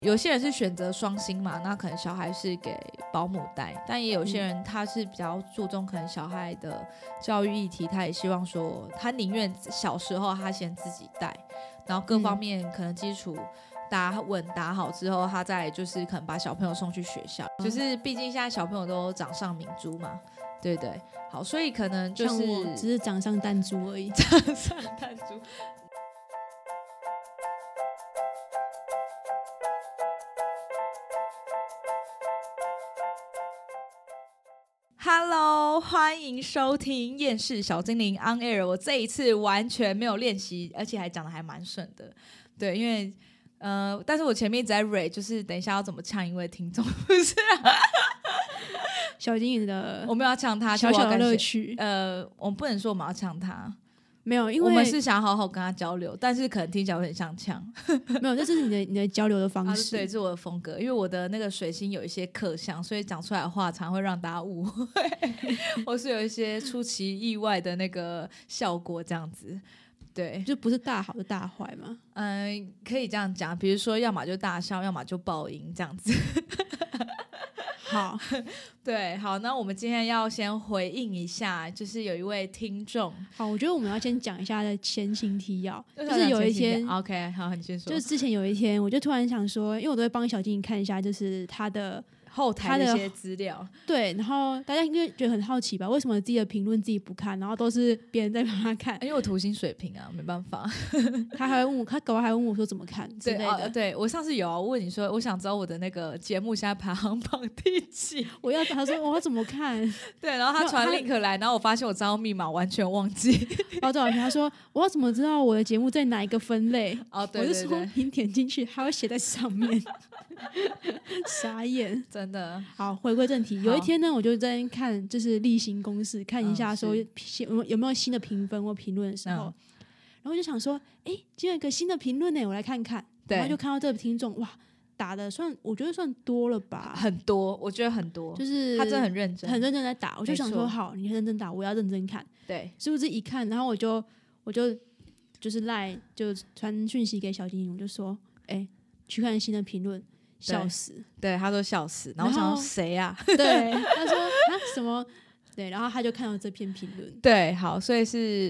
有些人是选择双薪嘛，那可能小孩是给保姆带，但也有些人他是比较注重可能小孩的教育议题，他也希望说他宁愿小时候他先自己带，然后各方面可能基础打稳打好之后，他再就是可能把小朋友送去学校，就是毕竟现在小朋友都掌上明珠嘛，对对，好，所以可能就是像我只是掌上弹珠而已， 掌上弹珠。Hello， 欢迎收听厌世小精灵 On Air。我这一次完全没有练习，而且还讲的还蛮顺的。对，因为但是我前面一直在 rate， 就是等一下要怎么呛一位听众，不是啊？ 小精灵的我们要呛他， 小小的乐趣。 我们不能说我们要呛他。 没有，因为我们是想好好跟他交流，但是可能听起来会很像呛。 没有，这是你的交流的方式。 对，这是我的风格，因为我的那个水星有一些克相，所以讲出来的话常会让大家误会，或是有一些出其意外的那个效果，这样子。对， 就不是大好就大坏嘛。 可以这样讲，比如说要么就大笑，要么就爆音这样子。 好， 对，好，那我们今天要先回应一下，就是有一位听众。 好，我觉得我们要先讲一下的前情提要，就是有一天 ，OK， 好，你先说。 就是之前有一天，我就突然想说，因为我都会帮小精灵看一下，就是他的后台的一些资料，对， 然后大家应该觉得很好奇吧，为什么自己的评论自己不看，然后都是别人在帮他看？ 因为我土星水瓶啊，没办法。 他还会问我，他搞完还问我说怎么看之类的。 对，我上次有我问你说，我想知道我的那个节目现在排行榜第几？ 他说我要怎么看？ 对，然后他传 link 来，然后我发现我账号密码完全忘记。 然后他说我要怎么知道我的节目在哪一个分类？ 对， 我就说你点进去，还会写在上面。傻眼， 真的。 好，回归正题。有一天呢，我就在看就是例行公事，看一下说有没有新的评分或评论的时候，然后就想说，今天有一个新的评论呢，我来看看。然后就看到这个听众，哇，打的我觉得算多了吧， 很多，我觉得很多， 就是他真的很认真， 很认真在打。我就想说，好，你认真打，我要认真看。 对， 是不是一看，然后我就是赖就传讯息给小精灵，我就说，去看新的评论。笑死， 对，他说笑死，然后我想说谁啊？ 对，他说什么？对，然后他就看到这篇评论， 对，好，所以是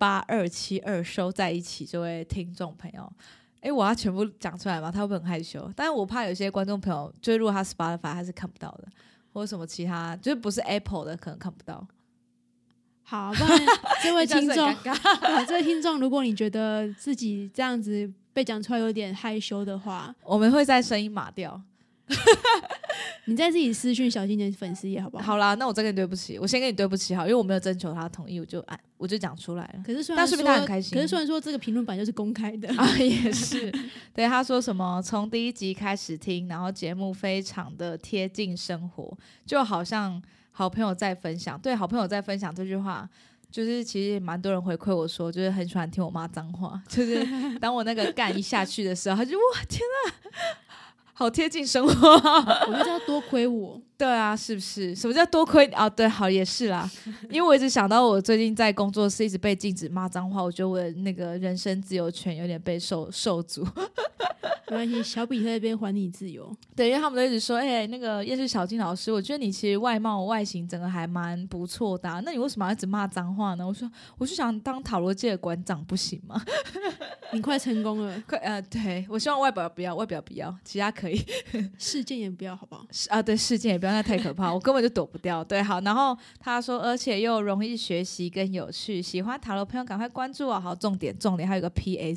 28272收在一起这位听众朋友，我要全部讲出来吗？他会不会很害羞？但是我怕有些观众朋友，就是如果他 Spotify 他是看不到的，或者什么其他，就是不是 Apple 的可能看不到。 好，不然这位听众，这位听众，如果你觉得自己这样子被讲出来有点害羞的话， 我们会在声音码掉。 你再自己私讯小精灵粉丝页好不好？ 好啦，那我真跟你对不起，我先跟你对不起好，因为我没有征求他同意，我就讲出来了。 可是虽然说他很开心， 可是虽然说这个评论版就是公开的也是。对，他说什么从第一集开始听，然后节目非常的贴近生活，就好像好朋友在分享。对，好朋友在分享这句话。就是其实蛮多人回馈我说，就是很喜欢听我骂脏话，就是当我那个干一下去的时候，他就哇天啊，好贴近生活。 我觉得要多亏我。 对啊，是不是？什么叫多亏啊？对，好也是啦。因为我一直想到我最近在工作室一直被禁止骂脏话，我觉得我的那个人身自由权有点被受阻。 没关系，小比在那边还你自由。 对，因为他们都一直说，那个厌世小金老师，我觉得你其实外形整个还蛮不错的那你为什么要一直骂脏话呢？我说，我就想当塔罗界的馆长，不行吗？ 你快成功了， 对，我希望外表不要，其他可以， 事件也不要，好不好？ 对，事件也不要，那太可怕，我根本就躲不掉。对，好，然后他说，而且又容易学习跟有趣，喜欢塔罗朋友赶快关注好，重点还有个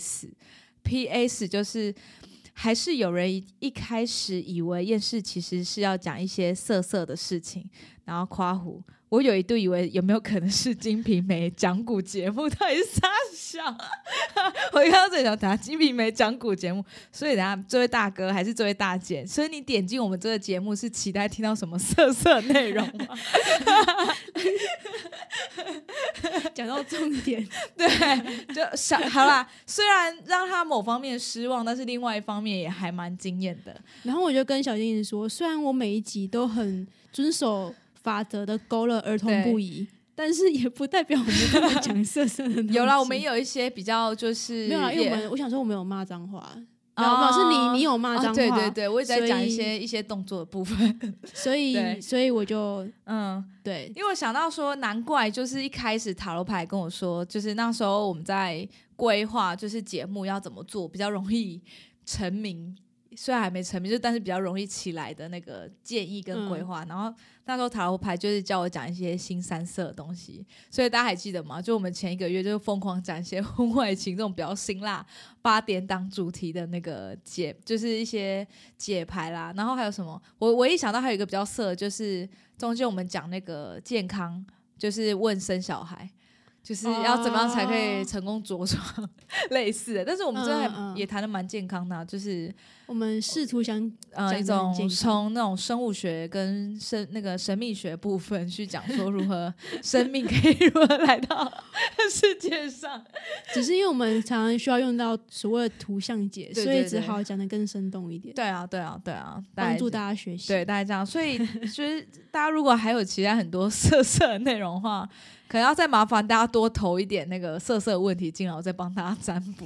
PS 就是。还是有人一开始以为厌世其实是要讲一些色色的事情，然后夸胡。我有一度以为有没有可能是金瓶梅讲古节目，到底是啥小？我看到这里想等下金瓶梅讲古节目，所以等下这位大哥还是这位大姐，所以你点进我们这个节目是期待听到什么色内容吗？ 讲到重点， 对，就好啦。虽然让他某方面失望，但是另外一方面也还蛮惊艳的。 然后我就跟小精灵说，虽然我每一集都很遵守法则的勾勒儿童不宜，但是也不代表我们都在讲色色的东西。 有啦，我们也有一些比较就是没有啦，因为我想说我们有骂脏话。 没有是你有骂脏话， 对对对，我也在讲一些动作的部分， 所以我就对， 因为我想到说，难怪就是一开始塔罗牌跟我说，就是那时候我们在规划就是节目要怎么做比较容易成名，虽然还没成名，就但是比较容易起来的那个建议跟规划，然后那时候塔罗牌就是叫我讲一些新三色的东西，所以大家还记得吗？就我们前1个月就疯狂讲一些婚外情这种比较辛辣8点档主题的那个就是一些解牌啦，然后还有什么？我一想到还有一个比较色，就是中间我们讲那个健康，就是问生小孩。就是要怎么样才可以成功着床类似的，但是我们这也谈得蛮健康的就是我们试图想一种从那种生物学跟那个神秘学部分去讲说如何生命可以如何来到世界上， 只是因为我们常常需要用到所谓的图像解，所以只好讲得更生动一点。 对啊， 帮助大家学习。 对，大概这样。所以就是大家如果还有其他很多色的内容的话，可能要再麻烦大家多投一点那个色问题进来，我再帮大家占卜。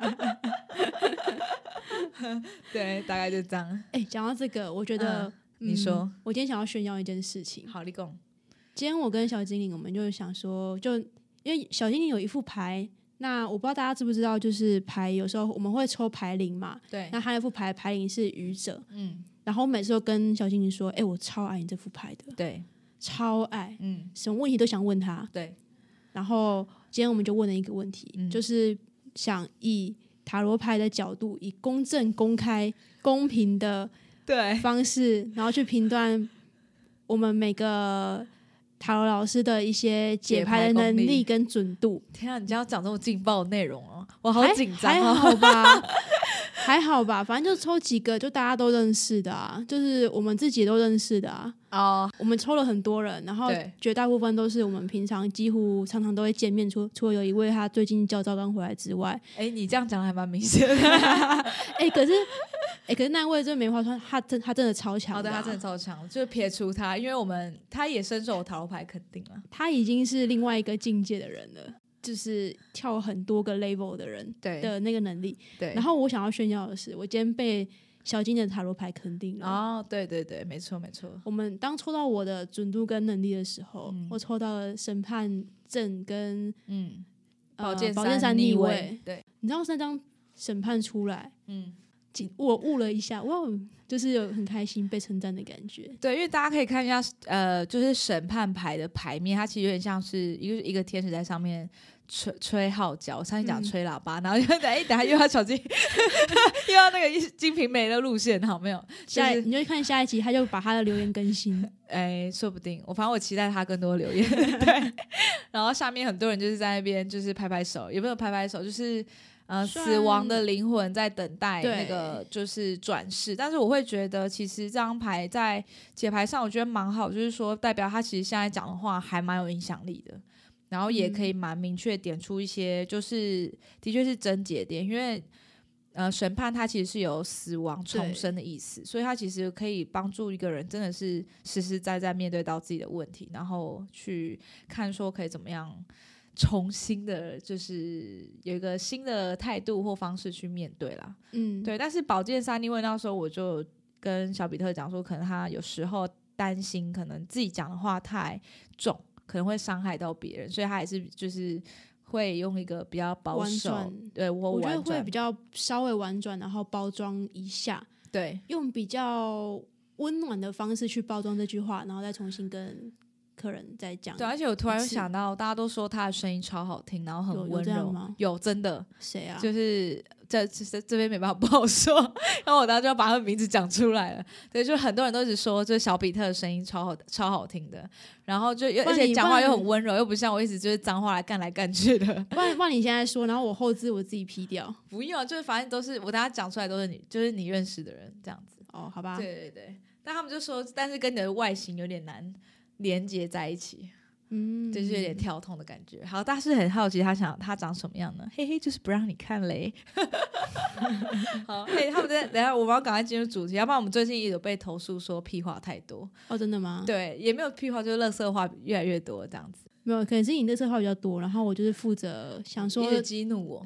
对，大概就这样。 讲到这个，我觉得， 你说， 我今天想要炫耀一件事情。 好，你讲。 今天我跟小精灵，我们就想说，因为小精灵有一副牌，那我不知道大家知不知道，就是牌有时候我们会抽牌灵嘛。 对。 那他那副牌灵是愚者。然后我每次都跟小精灵说，我超爱你这副牌的。 对。 超爱，什么问题都想问他。 对， 然后今天我们就问了一个问题，就是想以塔罗牌的角度，以公正、公开、公平的方式，然后去评断我们每个塔罗老师的一些解牌的能力跟准度。 天啊，你今天要讲这么劲爆的内容哦，我好紧张。 还好吧。还好吧，反正就抽几个就大家都认识的啊，就是我们自己都认识的啊。我们抽了很多人，然后绝大部分都是我们平常几乎常常都会见面，除了有一位他最近教招刚回来之外。 你这样讲还蛮明显的。 可是那位真没话说，他真的超强的。 他真的超强，就撇除他，因为他也深受塔罗牌肯定了， 他已经是另外一个境界的人了。就是跳很多个 level 的人的那个能力。 对。 然后我想要炫耀的是，我今天被小金的塔罗牌肯定了。 对对对，没错没错。 我们当抽到我的准度跟能力的时候，我抽到了审判正跟宝剑三逆位。 对。 你知道那张审判出来，我悟了一下，哇，就是有很开心被称赞的感觉。 对，因为大家可以看一下，就是审判牌的牌面，它其实有点像是一个天使在上面吹号角，我上次讲吹喇叭，然后就等下又要小金又要那个金瓶梅的路线，好没有？ 你就看下一集，他就把他的留言更新。 说不定，反正我期待他更多留言。对，然后下面很多人就是在那边就是拍拍手，有没有拍拍手？就是死亡的灵魂在等待那个就是转世，但是我会觉得其实这张牌在解牌上我觉得蛮好，就是说代表他其实现在讲的话还蛮有影响力的，然后也可以蛮明确点出一些就是的确是症结点，因为审判它其实是有死亡重生的意思，所以它其实可以帮助一个人真的是实实在在面对到自己的问题，然后去看说可以怎么样重新的就是有一个新的态度或方式去面对啦。对。但是宝剑三逆位那时候我就跟小比特讲说，可能他有时候担心可能自己讲的话太重，可能会伤害到别人，所以他还是就是会用一个比较保守，对，我觉得会比较稍微婉转，然后包装一下， 对， 用比较温暖的方式去包装这句话，然后再重新跟客人再讲。 对，而且我突然又想到，大家都说他的声音超好听，然后很温柔吗？有，真的。 谁啊？ 就是这边没办法不好说，然后我当时就要把他的名字讲出来了。对，就很多人都一直说，就是小比特的声音超好听的，然后而且讲话又很温柔，又不像我一直就是脏话来干去的。 不然你现在说，然后我后置我自己批掉。 不用，就是反正都是我大家讲出来都是你，就是你认识的人这样子。 好吧。 对对对，但他们就说，但是跟你的外形有点难连接在一起，就是有点跳痛的感觉。好，大家是很好奇他长什么样呢？嘿嘿，就是不让你看嘞。好，他们等一下我们要赶快进入主题，要不然我们最近也有被投诉说屁话太多。 真的吗？ 对，也没有屁话，就是垃圾话越来越多这样子。 没有，可能是你垃圾话比较多，然后我就是负责想说一直激怒我。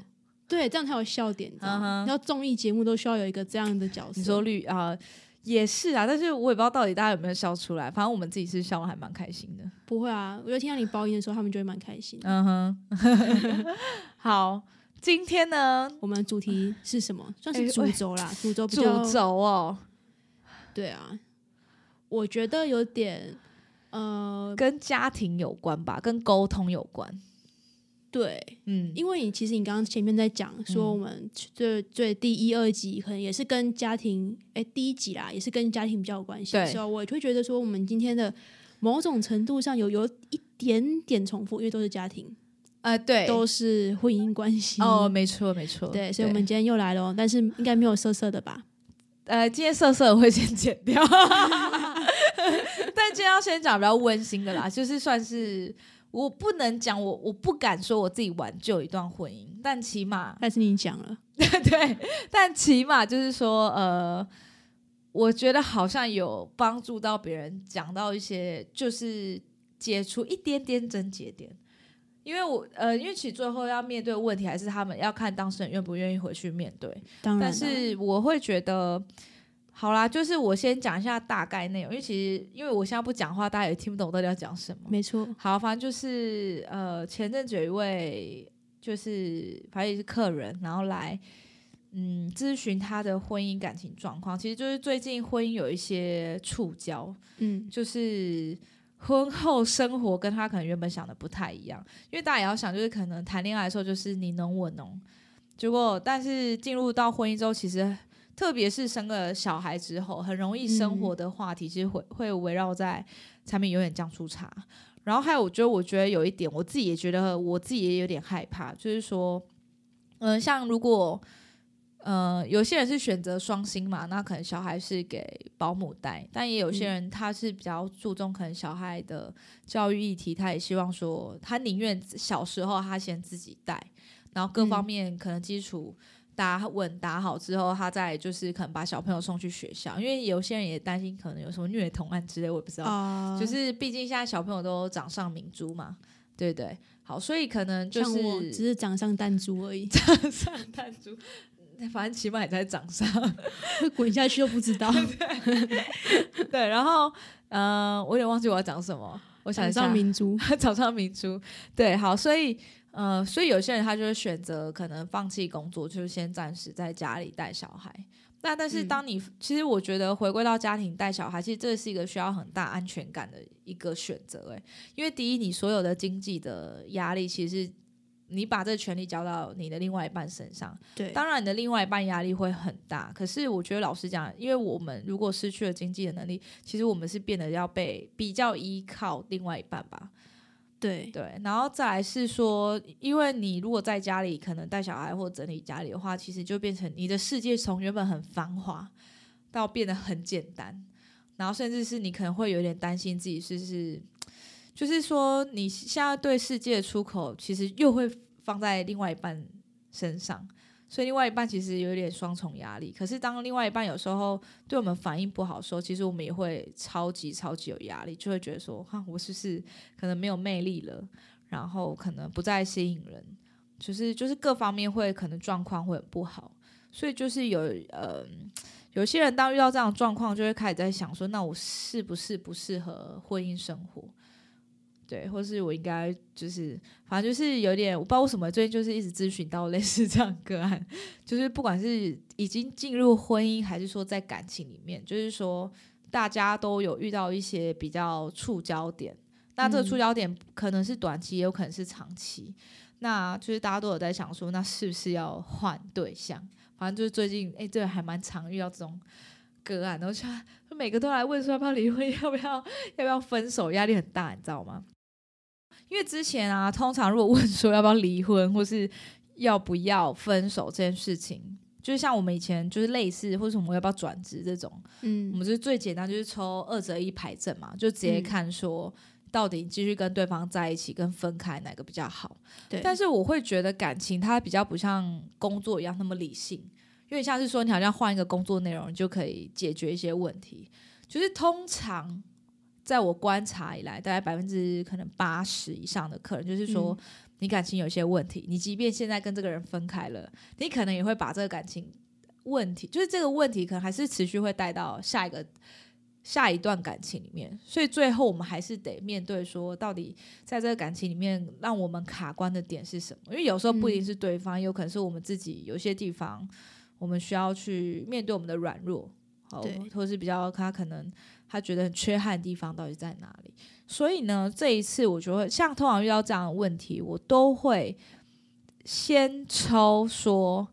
对，这样才有笑点，你知道吗？然后综艺节目都需要有一个这样的角色。 你说也是啊，但是我也不知道到底大家有没有笑出来，反正我们自己是笑得还蛮开心的。 不会啊，我就听到你爆音的时候，他们就会蛮开心的。 好，今天呢， 我们主题是什么？算是主轴啦，主轴哦。 对啊，我觉得有点跟家庭有关吧，跟沟通有关。 对，因为其实你刚刚前面在讲说，我们最第1、2集可能也是跟家庭，第1集啦，也是跟家庭比较有关系的时候，我会觉得说，我们今天的某种程度上有一点点重复，因为都是家庭， 对， 都是婚姻关系。 没错没错。 对，所以我们今天又来了，但是应该没有色色的吧？ 今天色色的会先剪掉，但今天要先讲比较温馨的啦，就是算是。我不能讲，我不敢说我自己挽救一段婚姻，但起码， 但是你讲了， 对，但起码就是说，我觉得好像有帮助到别人，讲到一些就是解除一点点症结点，因为因为其实最后要面对问题，还是他们要看当事人愿不愿意回去面对，但是我会觉得。好啦，就是我先讲一下大概内容，因为我现在不讲话，大家也听不懂我到底要讲什么。 没错。 好，反正就是前阵子有一位就是反正也是客人，然后来咨询他的婚姻感情状况，其实就是最近婚姻有一些触礁，就是婚后生活跟他可能原本想的不太一样，因为大家也要想，就是可能谈恋爱的时候就是你侬我侬，结果但是进入到婚姻之后，其实。特别是生了小孩之后，很容易生活的话题其实会围绕在柴米油盐酱醋茶。然后还有，我觉得有一点，我自己也觉得我自己也有点害怕，就是说，像如果有些人是选择双薪嘛，那可能小孩是给保姆带，但也有些人他是比较注重可能小孩的教育议题，他也希望说，他宁愿小时候他先自己带，然后各方面可能基础。打好之后，他再就是可能把小朋友送去学校，因为有些人也担心可能有什么虐童案之类，我也不知道。就是毕竟现在小朋友都掌上明珠嘛，对不对？好，所以可能就是像我只是掌上弹珠而已， 掌上弹珠，反正起码也在掌上， 会滚下去都不知道。 对，然后我有点忘记我要讲什么，我想一下， 掌上明珠， 掌上明珠，对，好，所以有些人他就会选择可能放弃工作，就是先暂时在家里带小孩。但是当你其实我觉得回归到家庭带小孩，其实这是一个需要很大安全感的一个选择。因为第一，你所有的经济的压力，其实你把这个权利交到你的另外一半身上。 对， 当然你的另外一半压力会很大。可是我觉得老实讲，因为我们如果失去了经济的能力，其实我们是变得要被比较依靠另外一半吧。 对， 然后再来是说，因为你如果在家里可能带小孩或整理家里的话，其实就变成你的世界从原本很繁华到变得很简单，然后甚至是你可能会有点担心自己就是说你现在对世界的出口其实又会放在另外一半身上，所以另外一半其实有点双重压力。可是当另外一半有时候对我们反应不好的时候，其实我们也会超级超级有压力，就会觉得说我是不是可能没有魅力了，然后可能不再吸引人，就是各方面会可能状况会很不好。所以就是有些人当遇到这样的状况，就会开始在想说，那我是不是不适合婚姻生活？对，或是我应该就是反正就是有点我不知道为什么最近就是一直咨询到类似这样个案，就是不管是已经进入婚姻还是说在感情里面，就是说大家都有遇到一些比较触礁点，那这个触礁点可能是短期也有可能是长期，那就是大家都有在想说那是不是要换对象，反正就是最近这个还蛮常遇到这种个案，然后就每个都来问说要不要离婚，要不要分手，压力很大，你知道吗？因为之前啊，通常如果问说要不要离婚或是要不要分手这件事情，就是像我们以前就是类似或者什么要不要转职这种，我们就是最简单就是抽2择1牌阵嘛，就直接看说到底继续跟对方在一起跟分开哪个比较好。 对， 但是我会觉得感情它比较不像工作一样那么理性，因为像是说你好像换一个工作内容你就可以解决一些问题，就是通常在我观察以来大概80%可能80%以上的客人就是说你感情有一些问题，你即便现在跟这个人分开了，你可能也会把这个感情问题，就是这个问题可能还是持续会带到下一段感情里面，所以最后我们还是得面对说，到底在这个感情里面让我们卡关的点是什么？因为有时候不一定是对方，有可能是我们自己有些地方我们需要去面对我们的软弱，或是比较他可能他觉得很缺憾的地方到底在哪里。所以呢，这一次我觉得像通常遇到这样的问题，我都会先抽说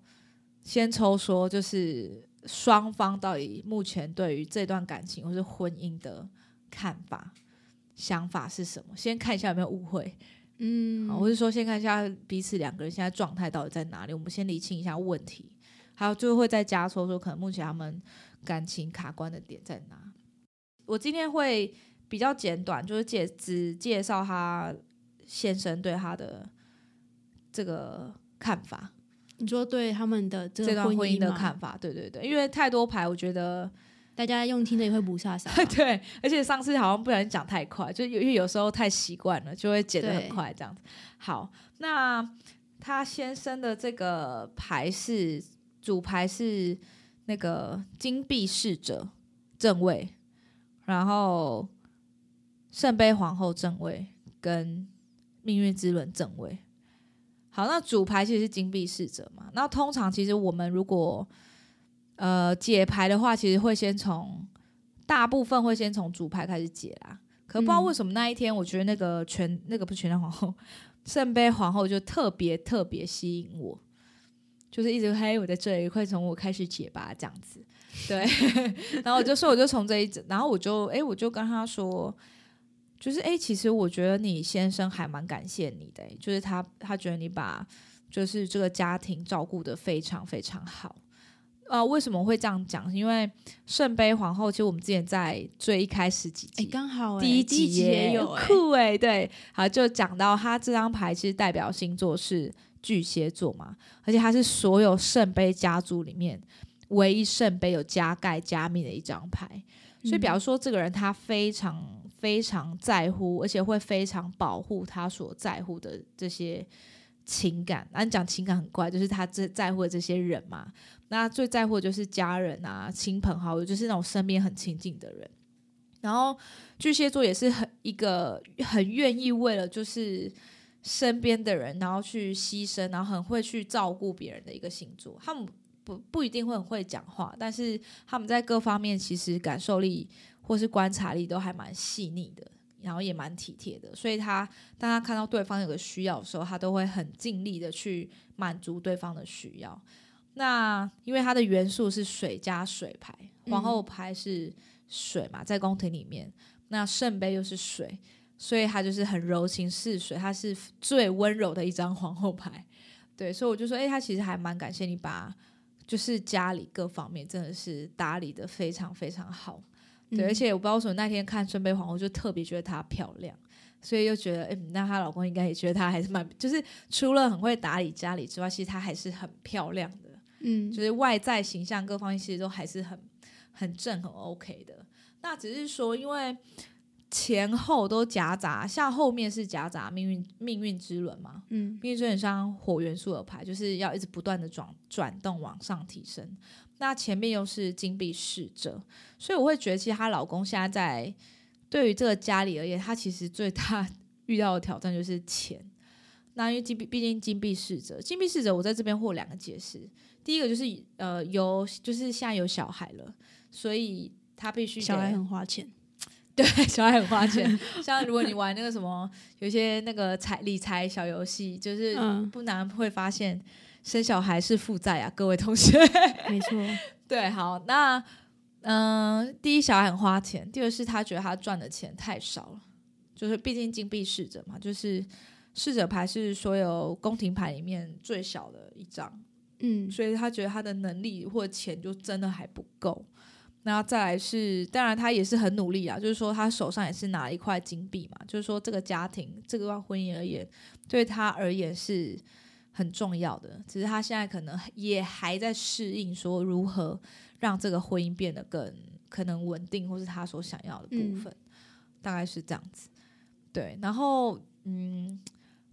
就是双方到底目前对于这段感情或是婚姻的看法想法是什么，先看一下有没有误会，或是说先看一下彼此两个人现在状态到底在哪里，我们先理清一下问题，还有就会再加抽说可能目前他们感情卡关的点在哪。我今天会比较简短，就是只介绍他先生对他的这个看法。 你说对他们的这段婚姻的吗？ 看法，对对对，因为太多牌，我觉得大家用听的也会不煞煞。 对，而且上次好像不小心讲太快，就因为有时候太习惯了，就会剪得很快这样子。好，那他先生的这个牌是主牌是那个金币侍者正位，然后圣杯皇后正位跟命运之轮正位。好，那主牌其实是金币侍者嘛，那通常其实我们如果解牌的话，其实会大部分会先从主牌开始解啦。可不知道为什么那一天，我觉得那个不是权杖皇后，圣杯皇后就特别吸引我，就是一直嘿我在这里，快从我开始解吧这样子。对，然后我就从这一整，然后我就跟他说。就是其实我觉得你先生还蛮感谢你的，就是他觉得你把就是这个家庭照顾得非常非常好。为什么会这样讲？因为圣杯皇后，其实我们之前在最一开始几集， 刚好第一集也有酷对，好就讲到他这张牌其实代表星座是巨蟹座嘛，而且他是所有圣杯家族里面唯一圣杯有加盖加密的一张牌，所以比方说这个人他非常非常在乎，而且会非常保护他所在乎的这些情感。你讲情感很怪，就是他在乎的这些人嘛。那最在乎的就是家人啊、亲朋好友，就是那种身边很亲近的人。然后巨蟹座也是很愿意为了就是身边的人，然后去牺牲，然后很会去照顾别人的一个星座。他们不一定会很会讲话，但是他们在各方面其实感受力或是观察力都还蛮细腻的，然后也蛮体贴的，所以当他看到对方有个需要的时候，他都会很尽力的去满足对方的需要。那因为他的元素是水加水牌，皇后牌是水嘛，在宫廷里面，那圣杯又是水，所以他就是很柔情似水，他是最温柔的一张皇后牌。对，所以我就说他其实还蛮感谢你把就是家里各方面真的是打理的非常非常好。对，而且我不知道为什么那天看圣杯皇后就特别觉得她漂亮，所以又觉得那她老公应该也觉得她还是就是除了很会打理家里之外，其实她还是很漂亮的，就是外在形象各方面其实都还是很正很 OK 的。那只是说因为前后都夹杂，像后面是夹杂命运之轮嘛，命运之轮像火元素的牌，就是要一直不断的转动往上提升。那前面又是金币侍者，所以我会觉得其实她老公现在对于这个家里而言，他其实最大遇到的挑战就是钱。那因为毕竟金币侍者我在这边会有两个解释。第一个就是就是现在有小孩了，所以他必须小孩很花钱。 对，小孩很花钱。像如果你玩那个什么，有些那个理财小游戏，就是不难会发现生小孩是负债啊，各位同学。 没错。 对，好，那第一小孩很花钱，第二是他觉得他赚的钱太少了，就是毕竟金币侍者嘛，就是侍者牌是所有宫廷牌里面最小的一张，所以他觉得他的能力或钱就真的还不够。那再来是，当然他也是很努力啊，就是说他手上也是拿了一块金币嘛，就是说这个家庭这个婚姻而言，对他而言是很重要的，只是他现在可能也还在适应说如何让这个婚姻变得更可能稳定，或是他所想要的部分，大概是这样子。对，然后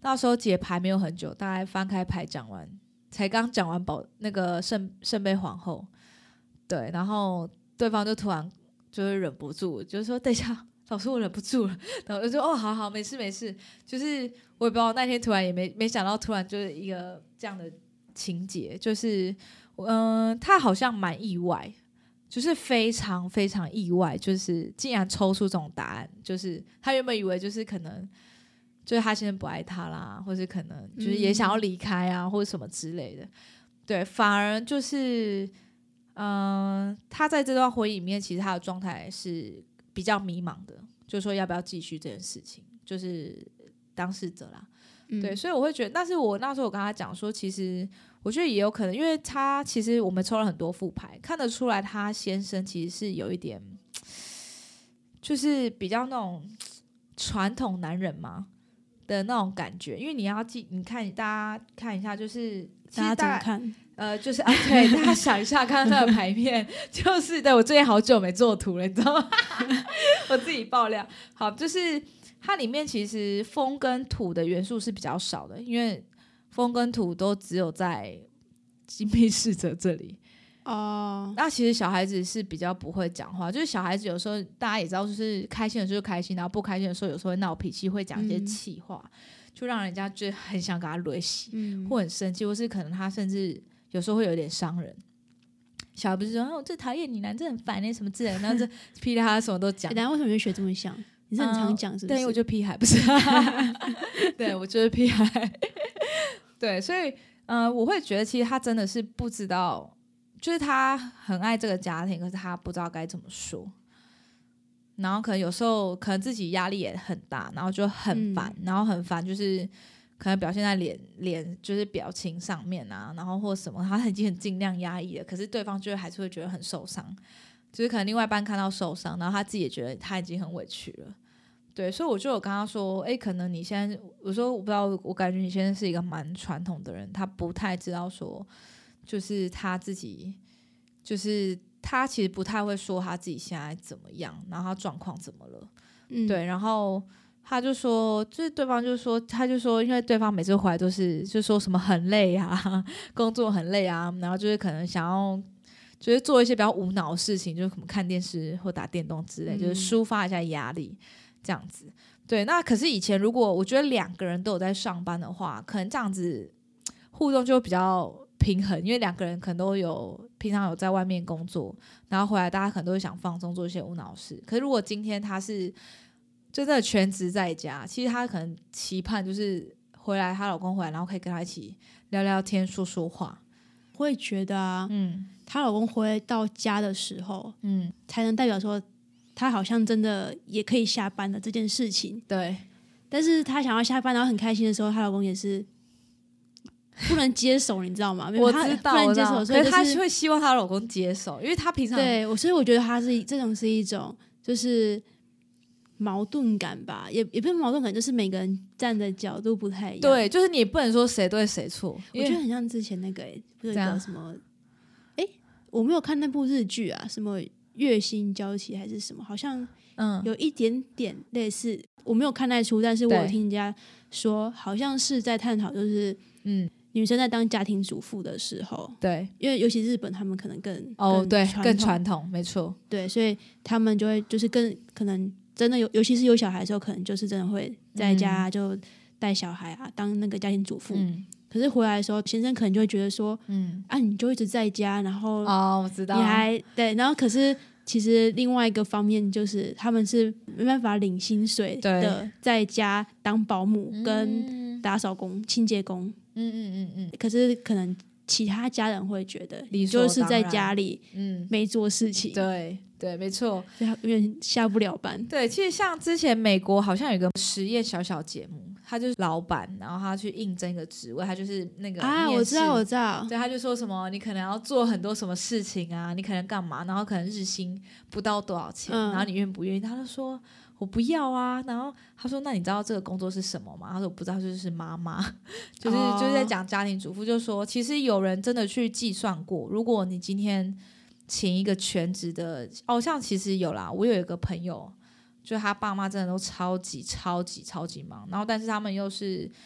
那时候解牌没有很久，大概翻开牌讲完，才刚讲完那个圣杯皇后，对，然后对方就突然就是忍不住，就是说等一下，老师我忍不住了，然后我就说哦，好好，没事没事，就是我也不知道那天突然也没想到，突然就是一个这样的情节，就是他好像蛮意外。就是非常非常意外，就是竟然抽出这种答案，就是他原本以为就是可能就是他现在不爱他啦，或是可能就是也想要离开啊，或者什么之类的，对，反而就是他在这段婚姻里面，其实他的状态是比较迷茫的，就是说要不要继续这件事情，就是当事者啦，对，所以我会觉得，但是我那时候我跟他讲说，其实我觉得也有可能，因为他其实我们抽了很多副牌，看得出来他先生其实是有一点，就是比较那种传统男人嘛的那种感觉，因为你看大家看一下，就是大家怎么看？ 就是对，大家想一下，看他的牌面，就是对我最近好久没做图了，你知道吗？我自己爆料，好，就是它里面其实风跟土的元素是比较少的，因为风跟土都只有在金币侍者这里哦。那其实小孩子是比较不会讲话，就是小孩子有时候大家也知道，就是开心的时候就开心，然后不开心的时候有时候会闹脾气，会讲一些气话，就让人家就很想给他雷洗，或很生气，或是可能他甚至有时候会有点伤人。小孩不是说我最讨厌你，男生很烦什么之类的，然后就噼里啪啦什么都讲。 然后为什么就学这么像？你是很常讲是不是？ 对，因为我就屁孩不是对，我就是屁孩对，所以我会觉得其实他真的是不知道，就是他很爱这个家庭，可是他不知道该怎么说，然后可能有时候可能自己压力也很大，然后就很烦，然后很烦就是可能表现在脸就是表情上面啊，然后或什么他已经很尽量压抑了，可是对方就还是会觉得很受伤，就是可能另外一半看到受伤，然后他自己也觉得他已经很委屈了，对，所以我就有跟他说，可能你现在，我说我不知道，我感觉你现在是一个蛮传统的人，他不太知道说，就是他自己，就是他其实不太会说他自己现在怎么样，然后他状况怎么了，对，然后他就说，就是对方就说，他就说，因为对方每次回来都是就说什么很累啊，工作很累啊，然后就是可能想要。就是做一些比较无脑的事情，就是可能看电视或打电动之类，就是抒发一下压力这样子。对，那可是以前如果我觉得两个人都有在上班的话，可能这样子互动就会比较平衡，因为两个人可能都有平常有在外面工作，然后回来大家可能都会想放松，做一些无脑事。可是如果今天他是就真的全职在家，其实他可能期盼就是回来，她老公回来，然后可以跟他一起聊聊天、说说话。 我会觉得啊，她老公回到家的时候，才能代表说她好像真的也可以下班了这件事情。 对， 但是她想要下班，然后很开心的时候，她老公也是不能接手，你知道吗？ 我知道， 不能接手， 所以她会希望她老公接手，因为她平常对，所以我觉得她是这种是一种就是矛盾感吧，也不是矛盾感，就是每个人站的角度不太一样。 对，就是你不能说谁对谁错。 我觉得很像之前那个不是有什么我没有看那部日剧啊，什么月薪娇妻还是什么，好像有一点点类似，我没有看那出，但是我有听人家说好像是在探讨，就是女生在当家庭主妇的时候， 对， 因为尤其日本他们可能更传统，没错， 对，所以他们就会就是更可能真的尤其是有小孩的时候，可能就是真的会在家就带小孩啊，当那个家庭主妇。可是回来的时候，先生可能就会觉得说，你就一直在家，然后我知道， 你还对，然后可是其实另外一个方面就是他们是没办法领薪水的，在家当保姆跟打扫工、清洁工，可是可能其他家人会觉得你就是在家里没做事情， 对，没错， 有点下不了班。 对，其实像之前美国好像有一个实验小节目，他就是老板，然后他去应征一个职位，他就是那个我知道， 对，他就说什么你可能要做很多什么事情啊，你可能干嘛，然后可能日薪不到多少钱，然后你愿不愿意？他就说我不要啊，然后他说那你知道这个工作是什么吗？他说我不知道，就是妈妈，就是在讲家庭主妇，就说其实有人真的去计算过，如果你今天请一个全职的，像其实有啦，我有一个朋友，就他爸妈真的都超级超级超级忙，然后但是他们又是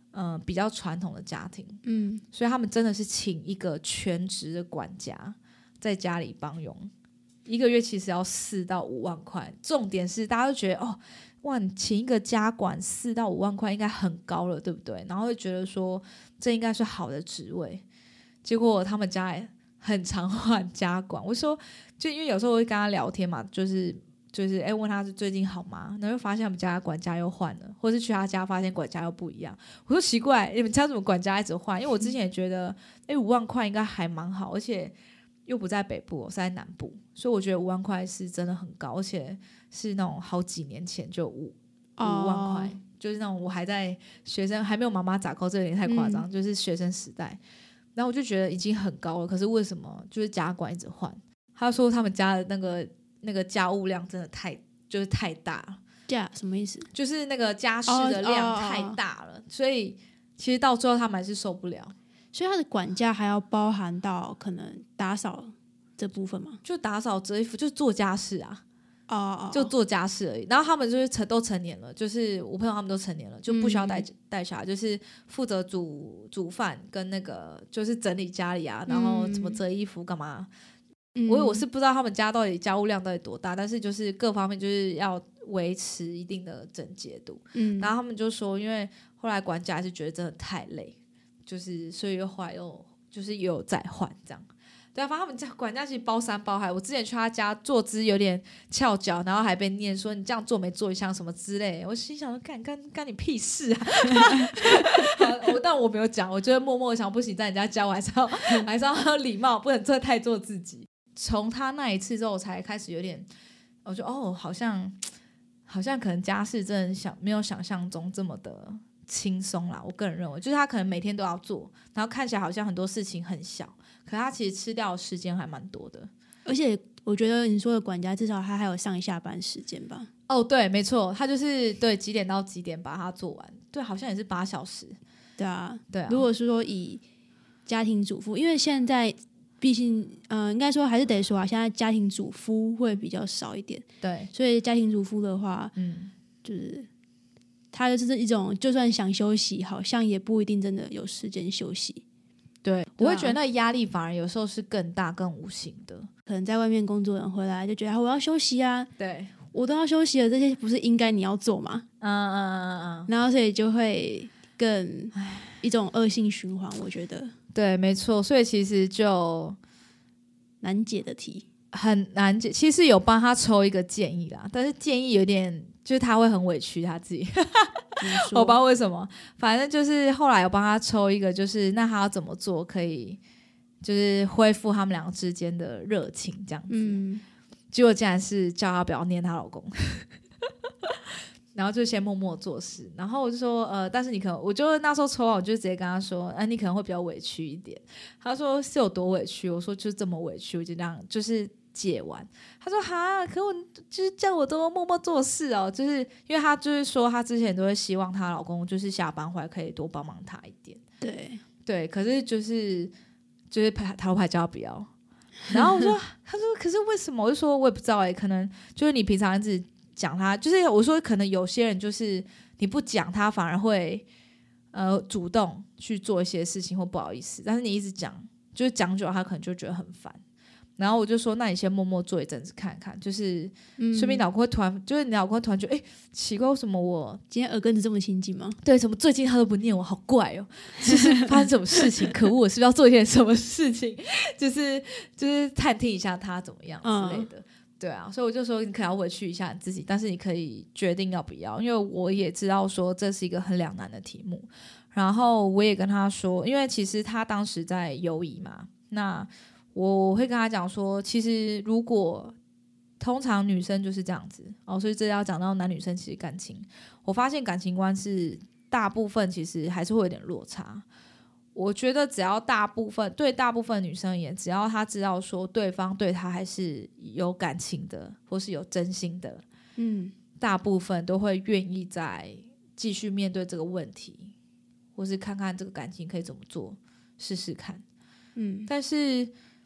比较传统的家庭，所以他们真的是请一个全职的管家在家里帮佣，一个月其实要4到5万块。重点是大家都觉得哇，你请一个家管4到5万块应该很高了，对不对？然后会觉得说这应该是好的职位，结果他们家很常换家管。我说就因为有时候我会跟他聊天嘛，就是问他是最近好吗，然后又发现他们家管家又换了，或是去他家发现管家又不一样。我说奇怪，你们家怎么管家一直换？因为我之前也觉得5万块应该还蛮好，而且又不在北部，是在南部，所以我觉得5万块是真的很高，而且是那种好几年前就5万块，就是那种我还在学生还没有妈妈咋扣，这有点太夸张，就是学生时代。然后我就觉得已经很高了，可是为什么就是家管一直换？他说他们家的那个家务量真的太大了。 什么意思？ 就是那个家事的量太大了，所以其实到最后他们还是受不了。 所以他的管家还要包含到可能打扫这部分吗？ 就打扫折衣服，就是做家事啊。就做家事而已。然后他们就是都成年了，就是我朋友他们都成年了，就不需要带小孩，就是负责煮饭跟那个就是整理家里啊，然后怎么折衣服干嘛。我是不知道他们家到底家务量到底多大，但是就是各方面就是要维持一定的整洁度。然后他们就说，因为后来管家还是觉得真的太累，就是所以后来就是有再换这样。对啊，反正他们家管家其实包山包海。我之前去他家坐姿有点翘脚，然后还被念说你这样做没做一项什么之类的。我心想说干你屁事啊！但我没有讲，我就会默默想不行，在人家家我还是要礼貌，不能太做自己。从他那一次之后，我才开始有点，我就好像可能家事真的没有想象中这么的轻松啦。我个人认为，就是他可能每天都要做，然后看起来好像很多事情很小，可他其实吃掉的时间还蛮多的。 而且我觉得你说的管家至少他还有上下班时间吧？ 对，没错，他就是对几点到几点把它做完，对，好像也是8小时。 对啊。如果是说以家庭主妇，因为现在毕竟应该说还是得说啊，现在家庭主夫会比较少一点， 对， 所以家庭主妇的话，就是他就是一种就算想休息，好像也不一定真的有时间休息。 对，我会觉得那压力反而有时候是更大更无形的。 可能在外面工作人回来就觉得我要休息啊， 对， 我都要休息了，这些不是应该你要做吗？然后所以就会更一种恶性循环，我觉得。 对，没错，所以其实就难解的题， 很难解。其实有帮他抽一个建议啦，但是建议有点就是他会很委屈他自己我不知道为什么，反正就是后来有帮他抽一个，就是那他要怎么做可以就是恢复他们两个之间的热情这样子。结果竟然是叫他不要念她老公然后就先默默做事。然后我就说但是你可能，我就那时候抽完我就直接跟他说你可能会比较委屈一点。他说是有多委屈？我说就这么委屈。我就这样就是解完。他说哈，可我就是叫我都默默做事哦，就是因为他就是说他之前都会希望她老公就是下班回来可以多帮忙他一点。对，可是就是塔罗牌叫他不要。然后他说可是为什么？我就说我也不知道可能就是你平常一直讲他，就是我说可能有些人就是你不讲他反而会主动去做一些事情或不好意思，但是你一直讲就是讲久了他可能就觉得很烦。然后我就说那你先默默做一阵子看看，就是说明你老公会突然就是你老公会突然觉得奇怪为什么我今天耳根子这么亲近吗？ 对，怎么最近他都不念我，好怪哦，就是发生什么事情可恶，我是不是要做一点什么事情就是探听一下他怎么样之类的。对啊，所以我就说你可能要委屈一下你自己，但是你可以决定要不要，因为我也知道说这是一个很两难的题目。然后我也跟他说，因为其实他当时在犹疑嘛，那我会跟他讲说，其实如果通常女生就是这样子所以这要讲到男女生其实感情，我发现感情观是大部分其实还是会有点落差。我觉得只要对大部分女生而言，只要她知道说对方对她还是有感情的或是有真心的，大部分都会愿意再继续面对这个问题，或是看看这个感情可以怎么做，试试看。但是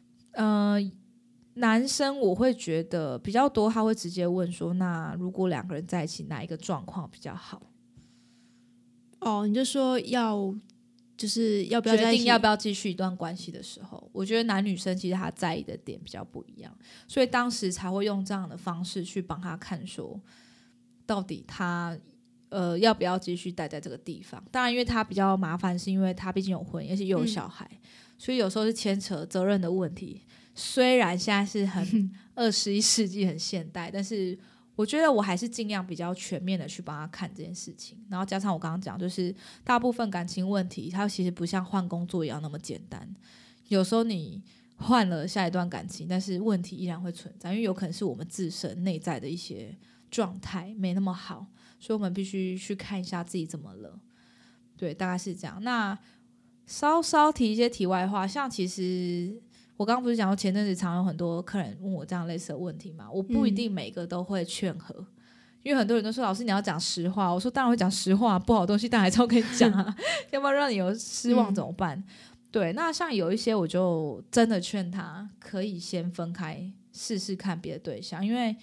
男生我会觉得比较多，他会直接问说那如果两个人在一起哪一个状况比较好？ 哦，你就说就是要不要决定要不要继续一段关系的时候，我觉得男女生其实他在意的点比较不一样，所以当时才会用这样的方式去帮他看说到底他要不要继续待在这个地方。当然因为他比较麻烦是因为他毕竟有婚姻而且又有小孩，所以有时候是牵扯责任的问题。虽然现在是很21世纪很现代，但是我觉得我还是尽量比较全面的去帮他看这件事情。然后加上我刚刚讲就是大部分感情问题它其实不像换工作一样那么简单，有时候你换了下一段感情但是问题依然会存在，因为有可能是我们自身内在的一些状态没那么好，所以我们必须去看一下自己怎么了。对，大概是这样。那稍稍提一些题外话，像其实我刚刚不是讲说前阵子常有很多客人问我这样类似的问题嘛，我不一定每个都会劝和，因为很多人都说老师你要讲实话，我说当然会讲实话，不好的东西当然还是要跟你讲啊要不然让你有失望怎么办？对，那像有一些我就真的劝他可以先分开试试看别的对象，因为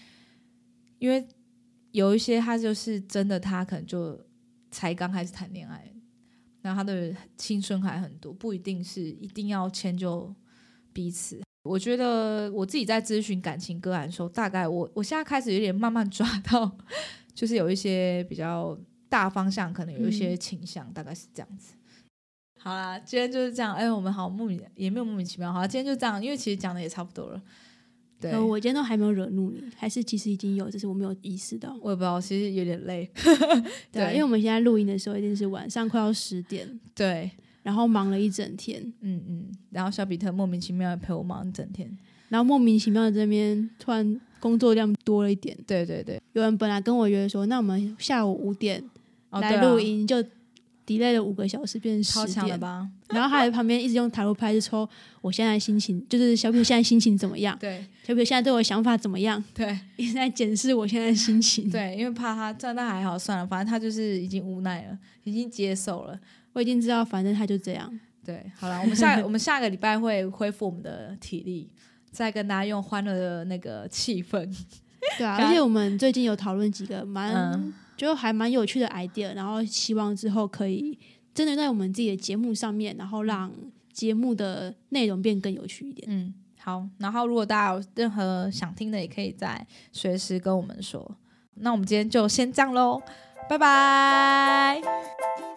有一些他就是真的他可能就才刚开始谈恋爱，然后他的青春还很多，不一定是一定要迁就彼此。我觉得我自己在咨询感情个案的时候，大概我现在开始有点慢慢抓到就是有一些比较大方向可能有一些倾向，大概是这样子。好啦，今天就是这样。我们好也没有莫名其妙。好啦，今天就这样，因为其实讲的也差不多了。对， 我今天都还没有惹怒你，还是其实已经有，只是我没有意识到。 我也不知道，其实有点累对，因为我们现在录音的时候已经是晚上快要10点， 对， 然后忙了一整天， 然后小比特莫名其妙陪我忙一整天， 然后莫名其妙的这边突然工作量多了一点。 对对对， 有人本来跟我约说，那我们下午5点来录音，就 delay 了5个小时，变成10点， 超强了吧？ 然后他在旁边一直用塔罗牌，就抽我现在心情，就是小比特现在心情怎么样？ 对， 小比特现在对我的想法怎么样？ 对， 一直在检视我现在的心情。 对，因为怕他这样，但还好算了，反正他就是已经无奈了，已经接受了。 我已经知道，反正他就这样。 对，好了，我们下个礼拜会恢复我们的体力，再跟大家用欢乐的那个气氛。 对啊，而且我们最近有讨论几个就还蛮有趣的 idea， 然后希望之后可以真的在我们自己的节目上面，然后让节目的内容变更有趣一点。 好，然后如果大家有任何想听的，也可以再随时跟我们说。那我们今天就先这样咯，拜拜。